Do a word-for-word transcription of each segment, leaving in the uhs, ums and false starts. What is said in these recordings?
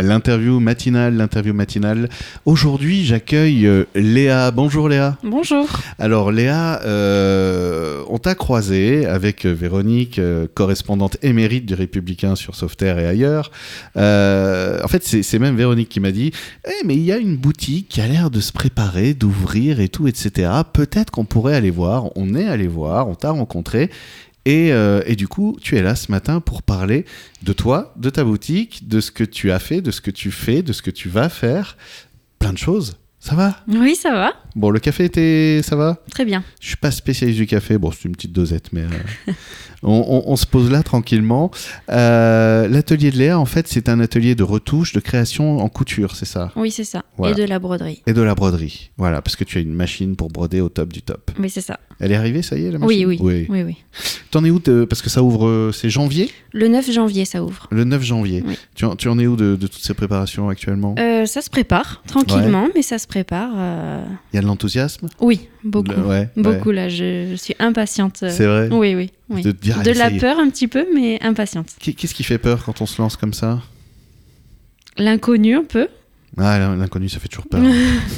l'interview matinale, l'interview matinale. Aujourd'hui, j'accueille euh, Léa. Bonjour Léa. Bonjour. Alors Léa, euh, on t'a croisé avec Véronique, euh, correspondante émérite du Républicain sur Sauveterre et ailleurs. Euh, en fait, c'est, c'est même Véronique qui m'a dit hey, « mais il y a une boutique qui a l'air de se préparer, d'ouvrir et tout, et cetera. Peut-être qu'on pourrait aller voir. » On est allé voir, on t'a rencontré. Et, euh, et du coup, tu es là ce matin pour parler de toi, de ta boutique, de ce que tu as fait, de ce que tu fais, de ce que tu vas faire. Plein de choses. Ça va ? Oui, ça va. Bon, le café, était... ça va ? Très bien. Je suis pas spécialiste du café. Bon, c'est une petite dosette, mais euh, on, on, on se pose là tranquillement. Euh, l'atelier de Léa, en fait, c'est un atelier de retouche, de création en couture, c'est ça ? Oui, c'est ça. Voilà. Et de la broderie. Et de la broderie. Voilà, parce que tu as une machine pour broder au top du top. Oui, c'est ça. Elle est arrivée, ça y est, la machine ? Oui, oui. Oui, oui, oui. T'en es où de... Parce que ça ouvre, euh, c'est janvier ? Le neuf janvier, ça ouvre. Le neuf janvier. Oui. Tu, en, tu en es où de, de toutes ces préparations actuellement ? euh, Ça se prépare, tranquillement, ouais. mais ça se prépare. Euh... Il y a de l'enthousiasme ? Oui, beaucoup. Le, ouais, beaucoup, ouais. là. Je, je suis impatiente. C'est vrai ? Oui, oui. oui. De, te dire, de la peur un petit peu, mais impatiente. Qu'est-ce qui fait peur quand on se lance comme ça ? L'inconnu, un peu. Ah, l'inconnu, ça fait toujours peur.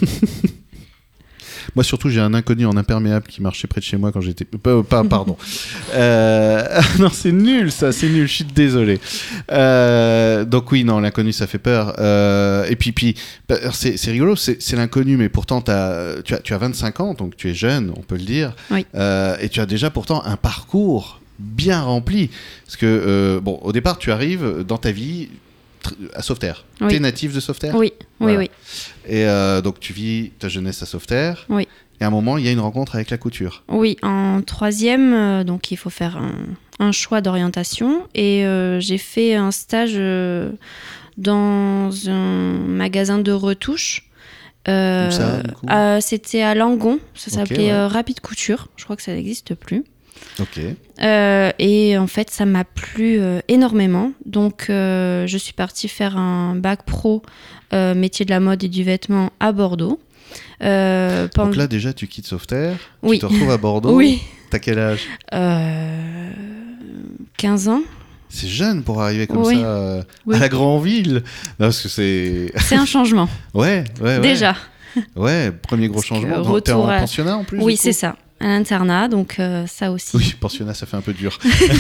Moi, surtout, j'ai un inconnu en imperméable qui marchait près de chez moi quand j'étais... Pas, pas pardon. euh... Non, c'est nul, ça, c'est nul, je suis désolé. Euh... Donc oui, non, l'inconnu, ça fait peur. Euh... Et puis, puis c'est, c'est rigolo, c'est, c'est l'inconnu, mais pourtant, t'as... Tu, as, tu as vingt-cinq ans, donc tu es jeune, on peut le dire. Oui. Euh... Et tu as déjà pourtant un parcours bien rempli. Parce que, euh... bon, au départ, tu arrives dans ta vie... à Sauveterre. Oui. T'es natif de Sauveterre ? Oui, voilà. oui, oui. Et euh, donc tu vis ta jeunesse à Sauveterre. Oui. Et à un moment, il y a une rencontre avec la couture. Oui, en troisième, euh, donc il faut faire un, un choix d'orientation. Et euh, j'ai fait un stage euh, dans un magasin de retouches. Euh, Où ça, du coup ? euh, C'était à Langon. Ça s'appelait okay, ouais. euh, Rapide Couture. Je crois que ça n'existe plus. Ok. Euh, et en fait, ça m'a plu euh, énormément. Donc, euh, je suis partie faire un bac pro euh, métier de la mode et du vêtement à Bordeaux. Euh, pendant... Donc là, déjà, tu quittes Sauveterre. Oui. Tu te retrouves à Bordeaux. Oui. T'as quel âge ? euh, quinze ans. C'est jeune pour arriver comme oui. ça euh, oui. à la grande ville. Non, parce que c'est... c'est un changement. ouais, ouais, ouais. Déjà. Ouais, premier gros parce changement. Donc, t'es en à... pensionnat en plus ? Oui, c'est ça. À l'internat, donc euh, ça aussi. Oui, pensionnat, ça fait un peu dur.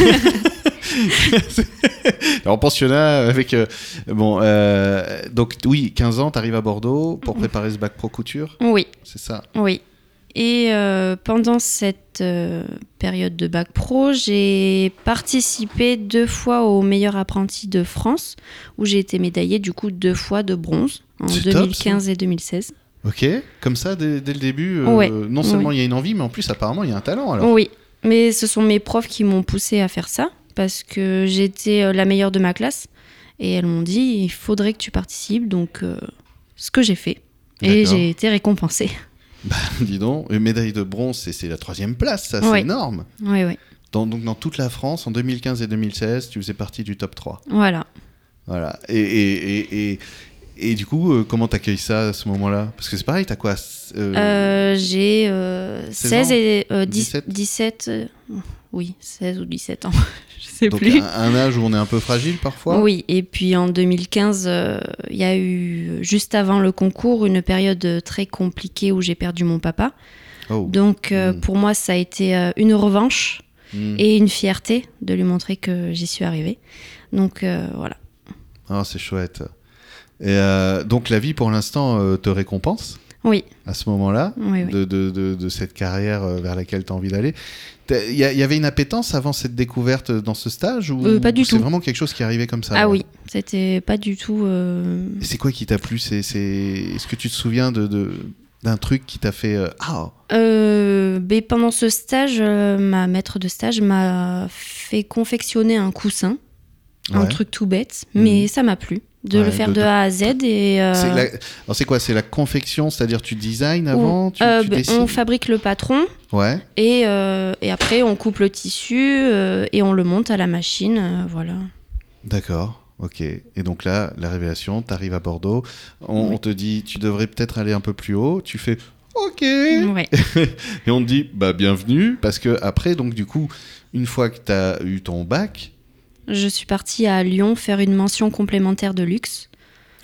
En pensionnat, avec... Euh, bon, euh, donc oui, quinze ans, t'arrives à Bordeaux pour préparer ce bac pro couture ? Oui. C'est ça ? Oui. Et euh, pendant cette euh, période de bac pro, j'ai participé deux fois au meilleur apprenti de France, où j'ai été médaillée du coup deux fois de bronze, en c'est deux mille quinze top, et deux mille seize. Ok, comme ça, dès, dès le début, euh, ouais. non seulement il oui. y a une envie, mais en plus, apparemment, il y a un talent, alors. Oui, mais ce sont mes profs qui m'ont poussée à faire ça, parce que j'étais la meilleure de ma classe, et elles m'ont dit, il faudrait que tu participes, donc euh, ce que j'ai fait. D'accord. Et j'ai été récompensée. Bah, dis donc, une médaille de bronze, c'est, c'est la troisième place, ça, oui. c'est énorme. Oui, oui. Dans, donc, dans toute la France, en deux mille quinze et deux mille seize, tu faisais partie du top trois. Voilà. Voilà. Et... et, et, et... Et du coup, euh, comment t'accueilles ça à ce moment-là ? Parce que c'est pareil, t'as quoi euh... Euh, J'ai euh, seize et euh, dix, dix-sept dix-sept euh, oui, seize ou dix-sept ans, je sais Donc plus. Un, un âge où on est un peu fragile parfois ? Oui, et puis en deux mille quinze, il euh, y a eu, juste avant le concours, une période très compliquée où j'ai perdu mon papa. Oh. Donc euh, mmh. pour moi, ça a été euh, une revanche mmh. et une fierté de lui montrer que j'y suis arrivée. Donc euh, voilà. Oh, c'est chouette. Et euh, donc la vie pour l'instant euh, te récompense ? Oui. À ce moment-là, oui, oui. De, de, de, de cette carrière vers laquelle tu as envie d'aller. Il y, y avait une appétence avant cette découverte dans ce stage ou euh, Pas du c'est tout. C'est vraiment quelque chose qui arrivait comme ça ? Ah alors oui, c'était pas du tout... Euh... Et c'est quoi qui t'a plu ? c'est, c'est... Est-ce que tu te souviens de, de, d'un truc qui t'a fait... Euh... Ah euh, ben pendant ce stage, euh, ma maître de stage m'a fait confectionner un coussin. Ouais. Un truc tout bête, mais mmh. ça m'a plu. De ouais, le faire de, de A à Z et... Euh... C'est la... Alors c'est quoi ? C'est la confection, c'est-à-dire tu designs avant Ou, tu, euh, tu ben, dessines ? On fabrique le patron ouais. et, euh, et après on coupe le tissu euh, et on le monte à la machine, euh, voilà. D'accord, ok. Et donc là, la révélation, t'arrives à Bordeaux, on, oui. on te dit tu devrais peut-être aller un peu plus haut, tu fais ok ouais. Et on te dit bah bienvenue, parce que après, donc du coup, une fois que t'as eu ton bac... Je suis partie à Lyon faire une mention complémentaire de luxe.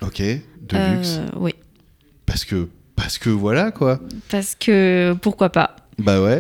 Ok, de Euh, luxe. Oui, Parce que, parce que voilà, quoi. parce que pourquoi pas. Bah ouais.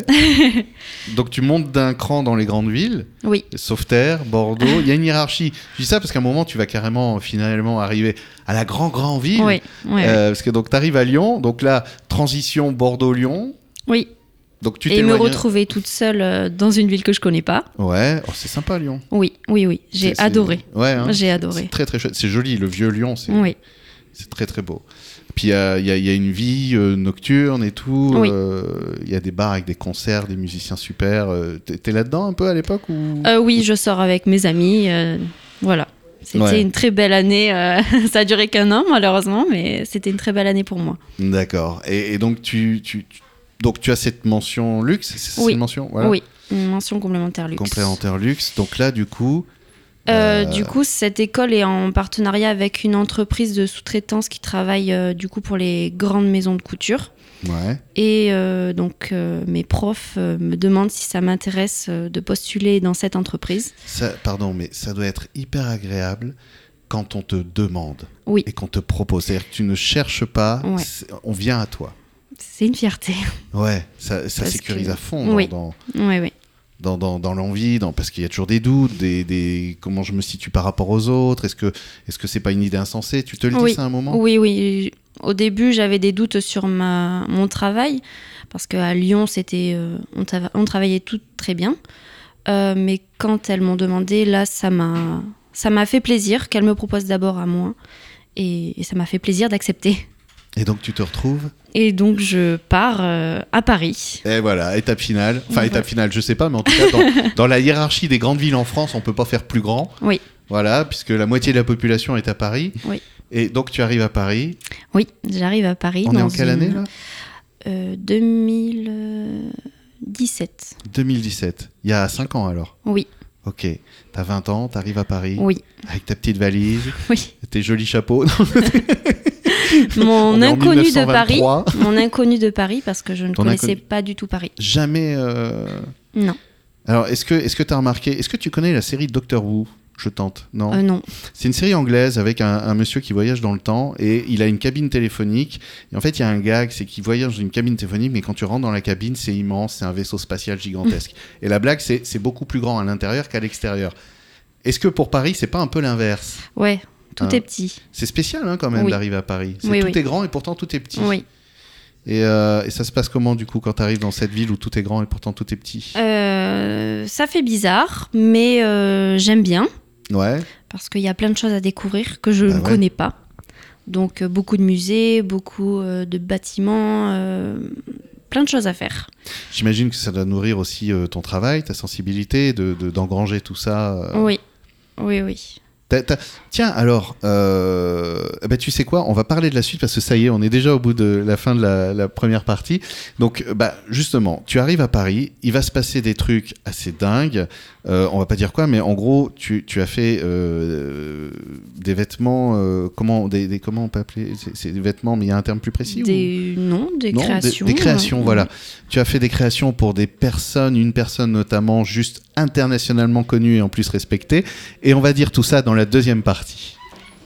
Donc tu montes d'un cran dans les grandes villes, Oui, Sauveterre, Bordeaux, il y a une hiérarchie. Je dis ça parce qu'à un moment, tu vas carrément, finalement, arriver à la grand, grand ville. oui, oui. Euh, parce que donc tu arrives à Lyon, donc là, transition Bordeaux-Lyon. oui. Donc tu Et me t'éloignes- retrouver toute seule euh, dans une ville que je connais pas. Ouais, oh, c'est sympa Lyon. Oui, oui, oui. J'ai C'est- c'est- adoré. Ouais, hein, J'ai c'est- adoré. C'est très très chouette. C'est joli, le vieux Lyon, c'est Oui. c'est très très beau. Puis il y a, y a- y a une vie euh, nocturne et tout. Il Oui. y a des bars avec des concerts, des musiciens super. Euh, t'es, t'es là-dedans un peu à l'époque ou... Euh, oui, je sors avec mes amis. euh, voilà. C'était Ouais. une très belle année. euh, ça a duré qu'un an, malheureusement, mais c'était une très belle année pour moi. D'accord. Et, et donc tu, tu, tu- donc tu as cette mention luxe, c'est ça, Oui. cette mention voilà. Oui, une mention complémentaire luxe. Complémentaire luxe. Donc là, du coup, Euh, Euh, Du coup, cette école est en partenariat avec une entreprise de sous-traitance qui travaille euh, du coup pour les grandes maisons de couture. ouais. Et euh, donc, euh, mes profs euh, me demandent si ça m'intéresse euh, de postuler dans cette entreprise. Ça, pardon, mais ça doit être hyper agréable quand on te demande Oui, et qu'on te propose. C'est-à-dire que tu ne cherches pas, Ouais. c'est- on vient à toi. c'est une fierté. Ouais, ça, ça Parce sécurise que- à fond dans, Oui. dans, Oui, oui. dans, dans, dans l'envie, dans, parce qu'il y a toujours des doutes, des, des, comment je me situe par rapport aux autres, est-ce que est-ce que c'est pas une idée insensée? Tu te le dis Oui. ça à un moment? Oui, oui. Au début, j'avais des doutes sur ma, mon travail, parce qu'à Lyon, c'était, euh, on, tava- on travaillait tout très bien. Euh, mais quand elles m'ont demandé, là, ça m'a, ça m'a fait plaisir qu'elles me proposent d'abord à moi. Et, et ça m'a fait plaisir d'accepter. Et donc tu te retrouves? Et donc, je pars euh, à Paris. Et voilà, étape finale. Enfin, Ouais. étape finale, je sais pas, mais en tout cas, dans, dans la hiérarchie des grandes villes en France, on peut pas faire plus grand. Oui. Voilà, puisque la moitié de la population est à Paris. Oui. Et donc tu arrives à Paris. Oui, j'arrive à Paris. On est dans en quelle une- année là? euh, deux mille dix-sept. deux mille dix-sept. Il y a cinq ans alors. Oui, Ok. T'as vingt ans, t'arrives à Paris. oui, Avec ta petite valise, oui. tes jolis chapeaux. Mon On est en inconnu de Paris. mille neuf cent vingt-trois. Mon inconnu de Paris, parce que je ne Ton connaissais inconnu. pas du tout Paris. Jamais. euh, Non, Alors, est-ce que est-ce que t'as remarqué? Est-ce que tu connais la série Doctor Who? Je tente. Non. euh, non. C'est une série anglaise avec un, un monsieur qui voyage dans le temps et il a une cabine téléphonique. Et en fait, il y a un gag, c'est qu'il voyage dans une cabine téléphonique, mais quand tu rentres dans la cabine, c'est immense, c'est un vaisseau spatial gigantesque. Et la blague, c'est c'est beaucoup plus grand à l'intérieur qu'à l'extérieur. Est-ce que pour Paris, c'est pas un peu l'inverse? Ouais, tout Hein. est petit. C'est spécial hein, quand même Oui. d'arriver à Paris. C'est- Oui, tout oui. est grand et pourtant tout est petit. Oui. Et, euh, et ça se passe comment du coup quand tu arrives dans cette ville où tout est grand et pourtant tout est petit? Euh, ça fait bizarre, mais euh, j'aime bien, Ouais. parce qu'il y a plein de choses à découvrir que je Ah ne ouais. connais pas. Donc, euh, beaucoup de musées, beaucoup euh, de bâtiments, euh, plein de choses à faire. J'imagine que ça doit nourrir aussi euh, ton travail, ta sensibilité, de, de- d'engranger tout ça. euh. Oui, oui, oui. T'as- t'as- Tiens, alors, euh, eh ben, tu sais quoi? On va parler de la suite parce que ça y est, on est déjà au bout de la fin de la, la première partie. Donc, bah, justement, tu arrives à Paris, il va se passer des trucs assez dingues. Euh, on va pas dire quoi, mais en gros, tu, tu as fait euh, des vêtements. euh, comment, des, des- comment on peut appeler? C'est, c'est des vêtements, mais il y a un terme plus précis? ou- Des, non, des Non, des- créations. Des, créations, euh, voilà. Tu as fait des créations pour des personnes, une personne notamment juste internationalement connue et en plus respectée. Et on va dire tout ça dans la deuxième partie.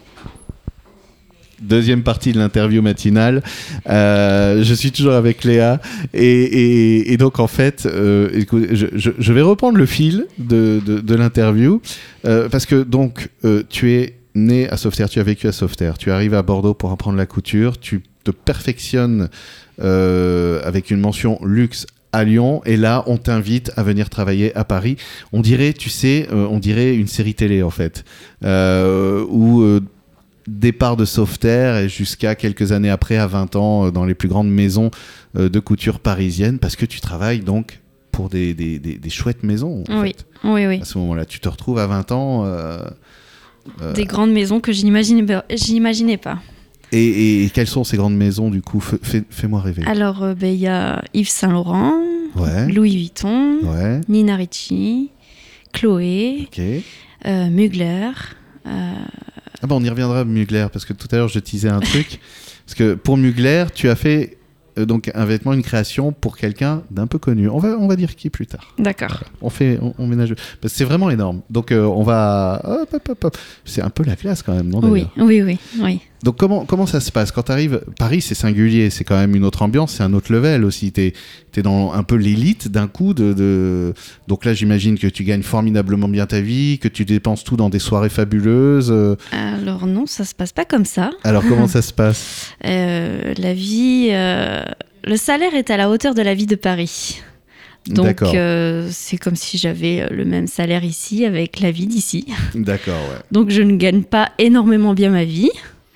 Deuxième partie de l'interview matinale. Euh, je suis toujours avec Léa. Et, et- et donc, en fait, euh, écoute, je, je- je vais reprendre le fil de, de- de l'interview. Euh, parce que, donc, euh, tu es né à Sauveterre, tu as vécu à Sauveterre. Tu arrives à Bordeaux pour apprendre la couture. Tu te perfectionnes euh, avec une mention luxe à Lyon, et là on t'invite à venir travailler à Paris. On dirait, tu sais, euh, on dirait une série télé en fait, euh, où euh, départ de Sauveterre et jusqu'à quelques années après, à vingt ans, euh, dans les plus grandes maisons euh, de couture parisiennes, parce que tu travailles donc pour des, des, des, des chouettes maisons. En Oui, fait. oui, oui. À ce moment-là, tu te retrouves à vingt ans. Euh, euh, Des grandes maisons que je n'imaginais pas. je n'imaginais pas. et, et, et quelles sont ces grandes maisons du coup? Fais- fais- Fais-moi rêver. Alors, euh, ben, il y a Yves Saint Laurent, Ouais. Louis Vuitton, Ouais. Nina Ricci, Chloé, Ok. euh, Mugler. euh, Ah bah on y reviendra Mugler, parce que tout à l'heure je teasais un truc. Parce que pour Mugler, tu as fait euh, donc un vêtement, une création pour quelqu'un d'un peu connu. On va, on va dire qui plus tard. D'accord. On fait, on, on ménage. Parce que c'est vraiment énorme. Donc euh, on va, hop, hop, hop, hop. C'est un peu la classe quand même, non Oui, d'ailleurs oui, oui, oui. Donc comment, comment ça se passe quand tu arrives? Paris, c'est singulier, c'est quand même une autre ambiance, c'est un autre level aussi. Tu es dans un peu l'élite d'un coup. De, de... Donc là, j'imagine que tu gagnes formidablement bien ta vie, que tu dépenses tout dans des soirées fabuleuses. Alors non, ça se passe pas comme ça. Alors comment ça se passe? euh, La vie... Euh... Le salaire est à la hauteur de la vie de Paris. Donc euh, c'est comme si j'avais le même salaire ici avec la vie d'ici. D'accord, ouais. Donc je ne gagne pas énormément bien ma vie,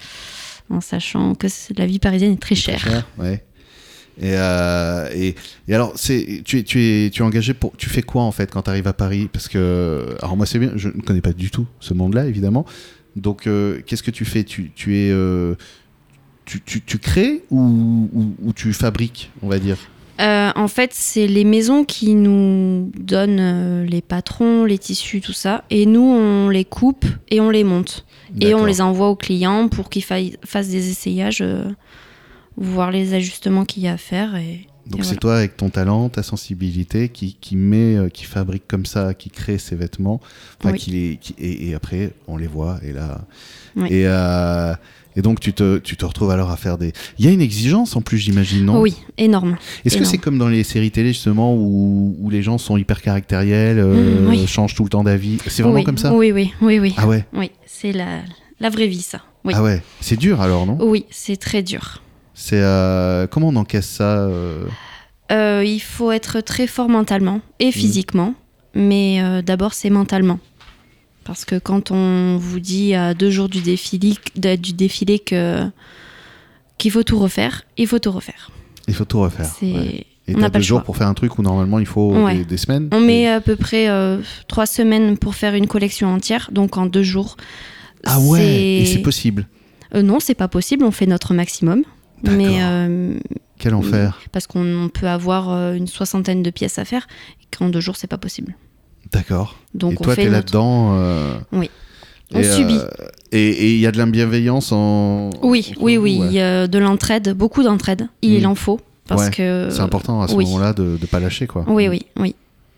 en sachant que la vie parisienne est très chère. Très cher, ouais. Et, euh, et, et alors, c'est, tu, es, tu, es, tu es engagé pour... Tu fais quoi, en fait, quand tu arrives à Paris? Parce que... Alors, moi, c'est bien, je ne connais pas du tout ce monde-là, évidemment. Donc, euh, qu'est-ce que tu fais? Tu, tu es... Euh, tu, tu, tu crées ou, ou, ou tu fabriques, on va dire? Euh, en fait, c'est les maisons qui nous donnent euh, les patrons, les tissus, tout ça. Et nous, on les coupe et on les monte. D'accord. Et on les envoie aux clients pour qu'ils fa- fassent des essayages, euh, voir les ajustements qu'il y a à faire. Et, Donc et c'est voilà. Toi, avec ton talent, ta sensibilité, qui, qui, met, euh, qui fabrique comme ça, qui crée ces vêtements. Enfin, oui. qui les, qui, et, et après, on les voit. Et là... Oui. Et... Euh, Et donc, tu te, tu te retrouves alors à faire des... Il y a une exigence en plus, j'imagine, non? Oui, énorme. Est-ce énorme. que c'est comme dans les séries télé, justement, où, où les gens sont hyper caractériels, euh, mmh, oui. changent tout le temps d'avis? C'est vraiment oui, comme ça? Oui, oui, oui, oui. Ah ouais? Oui, c'est la, la vraie vie, ça. Oui. Ah ouais? C'est dur alors, non? Oui, c'est très dur. C'est, euh, comment on encaisse ça euh... Euh, Il faut être très fort mentalement et physiquement, mmh. mais euh, d'abord, c'est mentalement. Parce que quand on vous dit à deux jours du défilé, du défilé que, qu'il faut tout refaire, il faut tout refaire. Il faut tout refaire. C'est... Ouais. Et on t'as pas deux jours pour faire un truc où normalement il faut ouais. des, des semaines? On met à peu près euh, trois semaines pour faire une collection entière, donc en deux jours. Ah ouais, c'est... Et c'est possible? euh, Non, c'est pas possible, on fait notre maximum. D'accord. Mais, euh, Quel enfer. Parce qu'on peut avoir euh, une soixantaine de pièces à faire, et qu'en deux jours, c'est pas possible. D'accord. Donc et on toi, fait t'es notre... là-dedans euh... Oui. On et, subit. Euh, et il y a de la bienveillance en... Oui, entre oui, vous, oui. Il ouais. y a de l'entraide, beaucoup d'entraide. Il mmh. en faut. Parce ouais. que... C'est important à ce oui. moment-là de ne pas lâcher, quoi. Oui, oui, oui.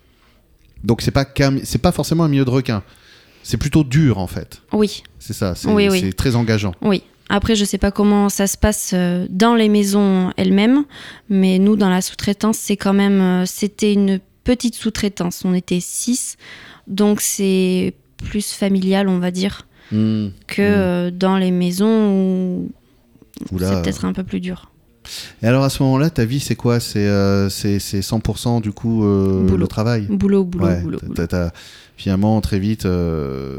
Donc c'est pas, cam... c'est pas forcément un milieu de requin. C'est plutôt dur, en fait. Oui. C'est ça, c'est, oui, c'est oui. très engageant. Oui. Après, je sais pas comment ça se passe dans les maisons elles-mêmes, mais nous, dans la sous-traitance, c'est quand même... C'était une petite sous-traitance. On était six. Donc c'est plus familial, on va dire, mmh, que mmh. Euh, dans les maisons où Oula. C'est peut-être un peu plus dur. Et alors à ce moment-là, ta vie, c'est quoi? C'est, euh, c'est, c'est cent pour cent du coup euh, le travail? Boulot, boulot, ouais, boulot. T'as, boulot. T'as, finalement, très vite, euh,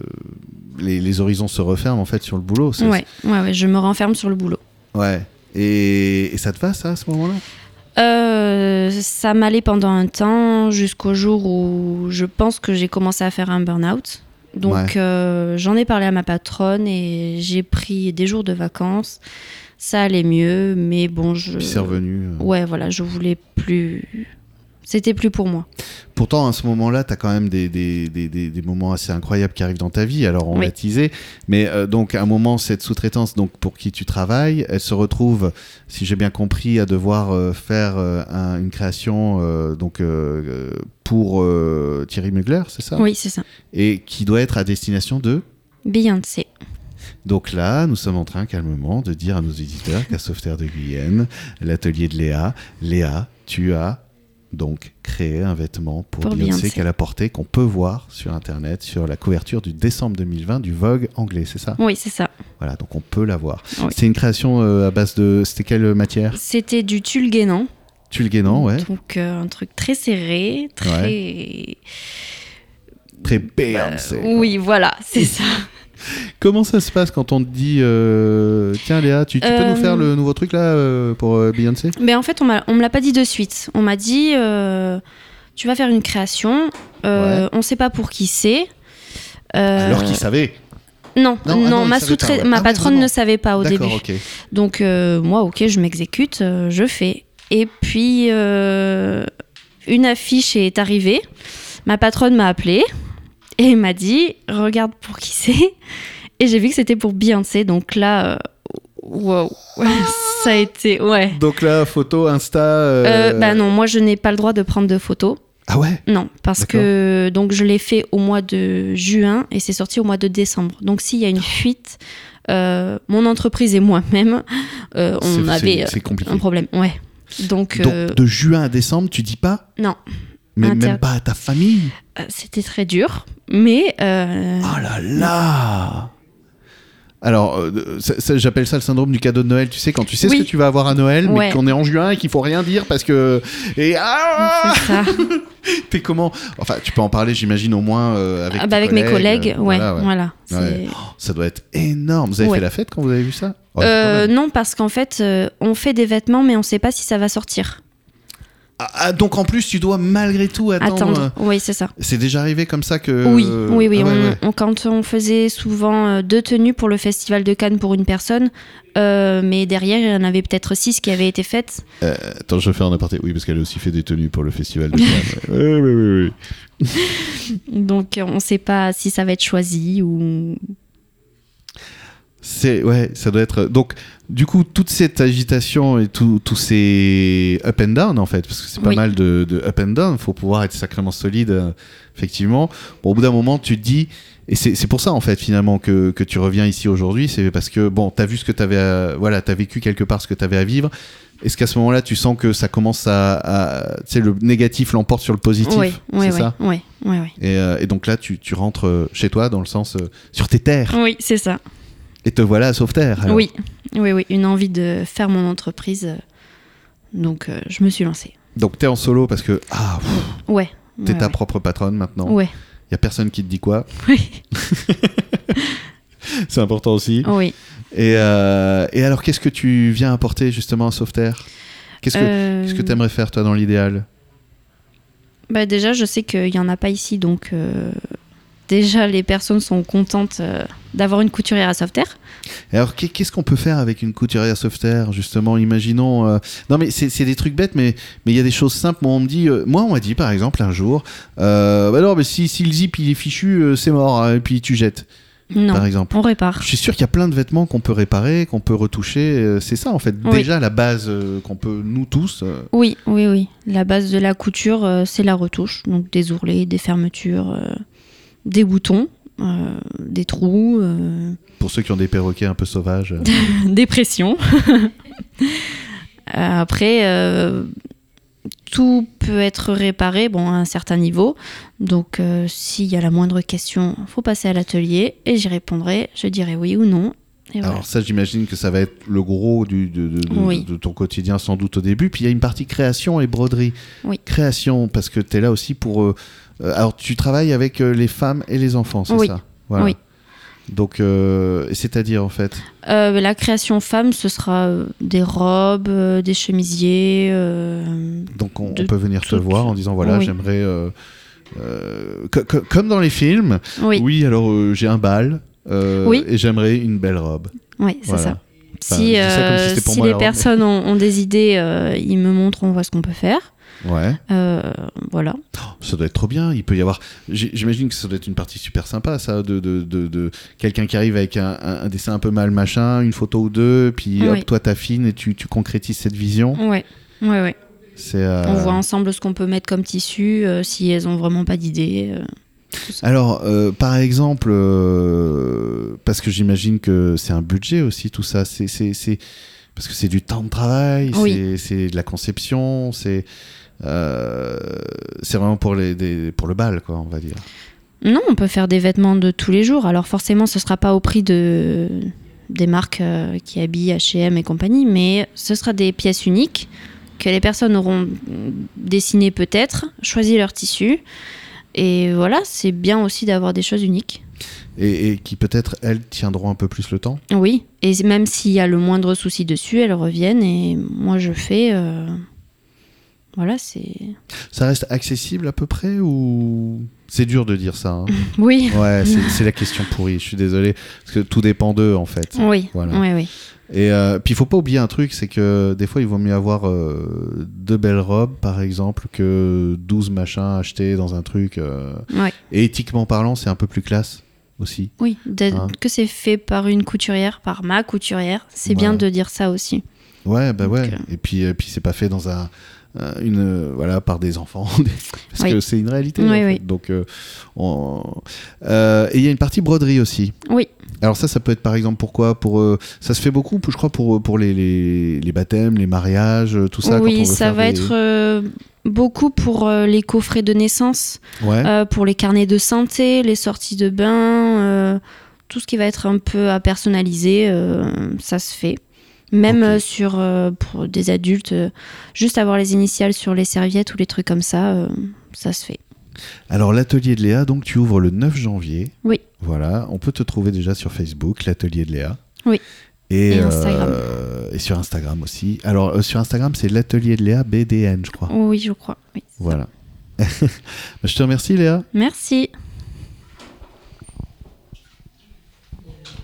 les, les horizons se referment en fait sur le boulot. C'est, ouais, ouais, ouais, je me renferme sur le boulot. Ouais. Et, et ça te va, ça, à ce moment-là? Euh, ça m'allait pendant un temps, jusqu'au jour où je pense que j'ai commencé à faire un burn-out. Donc ouais. euh, j'en ai parlé à ma patronne et j'ai pris des jours de vacances. Ça allait mieux, mais bon, je... Puis c'est revenu. Euh... Ouais, voilà, je voulais plus... C'était plus pour moi. Pourtant, à ce moment-là, tu as quand même des, des, des, des moments assez incroyables qui arrivent dans ta vie. Alors, on oui. l'a teasé. Mais euh, donc, à un moment, cette sous-traitance donc, pour qui tu travailles, elle se retrouve, si j'ai bien compris, à devoir euh, faire euh, un, une création euh, donc, euh, pour euh, Thierry Mugler, c'est ça? Oui, c'est ça. Et qui doit être à destination de Beyoncé. Donc là, nous sommes en train calmement de dire à nos éditeurs qu'à Sauveterre de Guyenne, l'atelier de Léa, Léa, tu as donc créé un vêtement pour, pour Beyoncé, Beyoncé qu'elle a porté, qu'on peut voir sur Internet, sur la couverture du décembre deux mille vingt du Vogue anglais, c'est ça? Oui, c'est ça. Voilà, donc on peut la voir. Oui. C'est une création euh, à base de... C'était quelle matière? C'était du tulle guénan. Tulle guénan, ouais. Donc euh, un truc très serré, très... Ouais. Très Beyoncé. Bah, oui, voilà, c'est ça. Comment ça se passe quand on te dit euh, tiens Léa, tu, tu euh, peux nous faire le nouveau truc là euh, pour euh, Beyoncé? Ben en fait, on m'a, on me l'a pas dit de suite. On m'a dit euh, tu vas faire une création, euh, ouais. on sait pas pour qui c'est. Euh, Alors qu'ils savaient? Non, non, non, non ma, soutrait- pas, ouais. ma ah, patronne ouais, ne savait pas au D'accord, début. Okay. Donc euh, moi, ok, je m'exécute, euh, je fais. Et puis euh, une affiche est arrivée. Ma patronne m'a appelée. Et il m'a dit, regarde pour qui c'est. Et j'ai vu que c'était pour Beyoncé. Donc là, euh, wow, ça a été, ouais. Donc là, photo, Insta... Euh... Euh, bah non, moi je n'ai pas le droit de prendre de photos. Ah ouais? Non, parce D'accord. que donc, je l'ai fait au mois de juin et c'est sorti au mois de décembre. Donc s'il y a une fuite, Euh, mon entreprise et moi-même, euh, on c'est, avait c'est, c'est compliqué. un problème. Ouais. Donc, Donc euh... de juin à décembre, tu dis pas ? Non. Mais Inter... même pas à ta famille ? euh, C'était très dur, mais... Euh... Oh là là ! Alors, euh, ça, ça, j'appelle ça le syndrome du cadeau de Noël. Tu sais, quand tu sais oui. ce que tu vas avoir à Noël, ouais. mais qu'on est en juin et qu'il faut rien dire parce que... Et ah c'est ça. T'es comment ? Enfin, tu peux en parler, j'imagine, au moins euh, avec, ah bah avec collègues, mes collègues. Euh, ouais, voilà. voilà ouais. Oh, ça doit être énorme. Vous avez ouais. fait la fête quand vous avez vu ça ? oh, euh, Non, parce qu'en fait, euh, on fait des vêtements, mais on sait pas si ça va sortir. Ah, donc en plus tu dois malgré tout attendre. attendre. Oui, c'est ça. C'est déjà arrivé comme ça que. Oui, oui, oui. Ah, ouais, on, ouais. On, quand on faisait souvent deux tenues pour le festival de Cannes pour une personne, euh, mais derrière il y en avait peut-être six qui avaient été faites. Euh, attends, je fais un aparté. Oui, parce qu'elle a aussi fait des tenues pour le festival de Cannes. oui, oui, oui, oui. Donc on ne sait pas si ça va être choisi ou. C'est ouais, ça doit être. Donc, du coup, toute cette agitation et tous ces up and down en fait, parce que c'est pas oui. mal de, de up and down. Il faut pouvoir être sacrément solide, euh, effectivement. Bon, au bout d'un moment, tu te dis, et c'est, c'est pour ça en fait finalement que que tu reviens ici aujourd'hui, c'est parce que bon, t'as vu ce que t'avais, à, voilà, t'as vécu quelque part ce que t'avais à vivre. Est-ce qu'à ce moment-là, tu sens que ça commence à, à tu sais, le négatif l'emporte sur le positif, oui, c'est oui, ça ? Oui, oui, oui. Et, euh, et donc là, tu tu rentres chez toi dans le sens euh, sur tes terres. Oui, c'est ça. Et te voilà à Sauveterre. Alors. Oui, oui, oui, une envie de faire mon entreprise. Donc, euh, je me suis lancée. Donc, t'es en solo parce que ah, pff, ouais. T'es ouais, ta ouais. propre patronne maintenant. Ouais. Y a personne qui te dit quoi. Oui. C'est important aussi. Oui. Et, euh, et alors, qu'est-ce que tu viens apporter justement à Sauveterre ? Qu'est-ce que euh... qu'est-ce que t'aimerais faire toi dans l'idéal ? Bah déjà, je sais qu'il y en a pas ici, donc. Euh... Déjà, les personnes sont contentes euh, d'avoir une couturière à Sauveterre. Alors, qu'est-ce qu'on peut faire avec une couturière à Sauveterre, justement ? Imaginons... Euh... Non, mais c'est, c'est des trucs bêtes, mais il y a des choses simples. Moi, on me dit, euh... Moi, on m'a dit, par exemple, un jour, euh, bah non, mais si, si le zip, il est fichu, euh, c'est mort, hein, et puis tu jettes. Non, par exemple. On répare. Je suis sûr qu'il y a plein de vêtements qu'on peut réparer, qu'on peut retoucher. Euh, c'est ça, en fait. Oui. Déjà, la base euh, qu'on peut, nous tous... Euh... Oui, oui, oui. La base de la couture, euh, c'est la retouche. Donc, des ourlets, des fermetures, euh, des boutons. Euh, des trous. Euh... Pour ceux qui ont des perroquets un peu sauvages. des pressions. Après, euh, tout peut être réparé bon, à un certain niveau. Donc, euh, s'il y a la moindre question, il faut passer à l'atelier et j'y répondrai. Je dirai oui ou non. Et Alors voilà. ça, j'imagine que ça va être le gros du, de, de, de, oui. de ton quotidien sans doute au début. Puis il y a une partie création et broderie. Oui. Création, parce que tu es là aussi pour... Euh, Euh, alors, tu travailles avec euh, les femmes et les enfants, c'est oui. ça ? Voilà. Oui. Donc, euh, c'est-à-dire, en fait euh, la création femme, ce sera euh, des robes, euh, des chemisiers. Euh, Donc, on, on peut venir te voir en disant, voilà, oui. j'aimerais... Euh, euh, co- co- comme dans les films, oui, oui alors, euh, j'ai un bal euh, oui. et j'aimerais une belle robe. Oui, c'est voilà. ça. Enfin, si euh, si, si moi, les robe, personnes mais... ont, ont des idées, euh, ils me montrent, on voit ce qu'on peut faire. Ouais. Euh, voilà. Oh, ça doit être trop bien. Il peut y avoir. J'imagine que ça doit être une partie super sympa, ça, de, de, de, de... quelqu'un qui arrive avec un, un, un dessin un peu mal machin, une photo ou deux, puis oui. hop, toi t'affines et tu, tu concrétises cette vision. Ouais, ouais, ouais. C'est, euh... On voit ensemble ce qu'on peut mettre comme tissu, euh, si elles ont vraiment pas d'idée. Euh, Alors, euh, par exemple, euh, parce que j'imagine que c'est un budget aussi, tout ça. C'est, c'est, c'est... Parce que c'est du temps de travail, oui. c'est, c'est de la conception, c'est. Euh, c'est vraiment pour, les, des, pour le bal, quoi, on va dire. Non, on peut faire des vêtements de tous les jours. Alors forcément, ce ne sera pas au prix de, des marques euh, qui habillent H et M et compagnie, mais ce sera des pièces uniques que les personnes auront dessinées peut-être, choisi leur tissu. Et voilà, c'est bien aussi d'avoir des choses uniques. Et, et qui peut-être, elles, tiendront un peu plus le temps ? Oui, et même s'il y a le moindre souci dessus, elles reviennent et moi je fais... Euh... Voilà, c'est... Ça reste accessible à peu près ou... C'est dur de dire ça. Hein. Oui. Ouais, c'est, c'est la question pourrie, je suis désolé. Parce que tout dépend d'eux, en fait. Oui, voilà. oui, oui. Et euh, puis, il ne faut pas oublier un truc, c'est que des fois, il vaut mieux avoir euh, deux belles robes, par exemple, que douze machins achetés dans un truc. Euh... Ouais. Et éthiquement parlant, c'est un peu plus classe aussi. Oui, hein. Que c'est fait par une couturière, par ma couturière, c'est ouais. bien de dire ça aussi. Ouais, bah ouais. Donc, euh... Et puis, et puis c'est pas fait dans un... Une, euh, voilà, par des enfants parce oui. que c'est une réalité oui, en fait. Oui. Donc euh, on... euh, et il y a une partie broderie aussi. Oui. Alors ça, ça peut être par exemple pourquoi pour euh, ça se fait beaucoup, je crois pour pour les, les, les baptêmes, les mariages, tout ça. Oui, quand on veut ça faire va des... être euh, beaucoup pour euh, les coffrets de naissance, Ouais. euh, pour les carnets de santé, les sorties de bain, euh, tout ce qui va être un peu à personnaliser, euh, ça se fait. Même Ok. euh, sur euh, pour des adultes, euh, juste avoir les initiales sur les serviettes ou les trucs comme ça, euh, ça se fait. Alors l'atelier de Léa, donc tu ouvres le neuf janvier. Oui. Voilà, on peut te trouver déjà sur Facebook, l'atelier de Léa. Oui. Et, Et Instagram. euh, et sur Instagram aussi. Alors euh, sur Instagram, c'est l'atelier de Léa B D N, je crois. Oui, je crois. Oui. Voilà. Je te remercie Léa. Merci.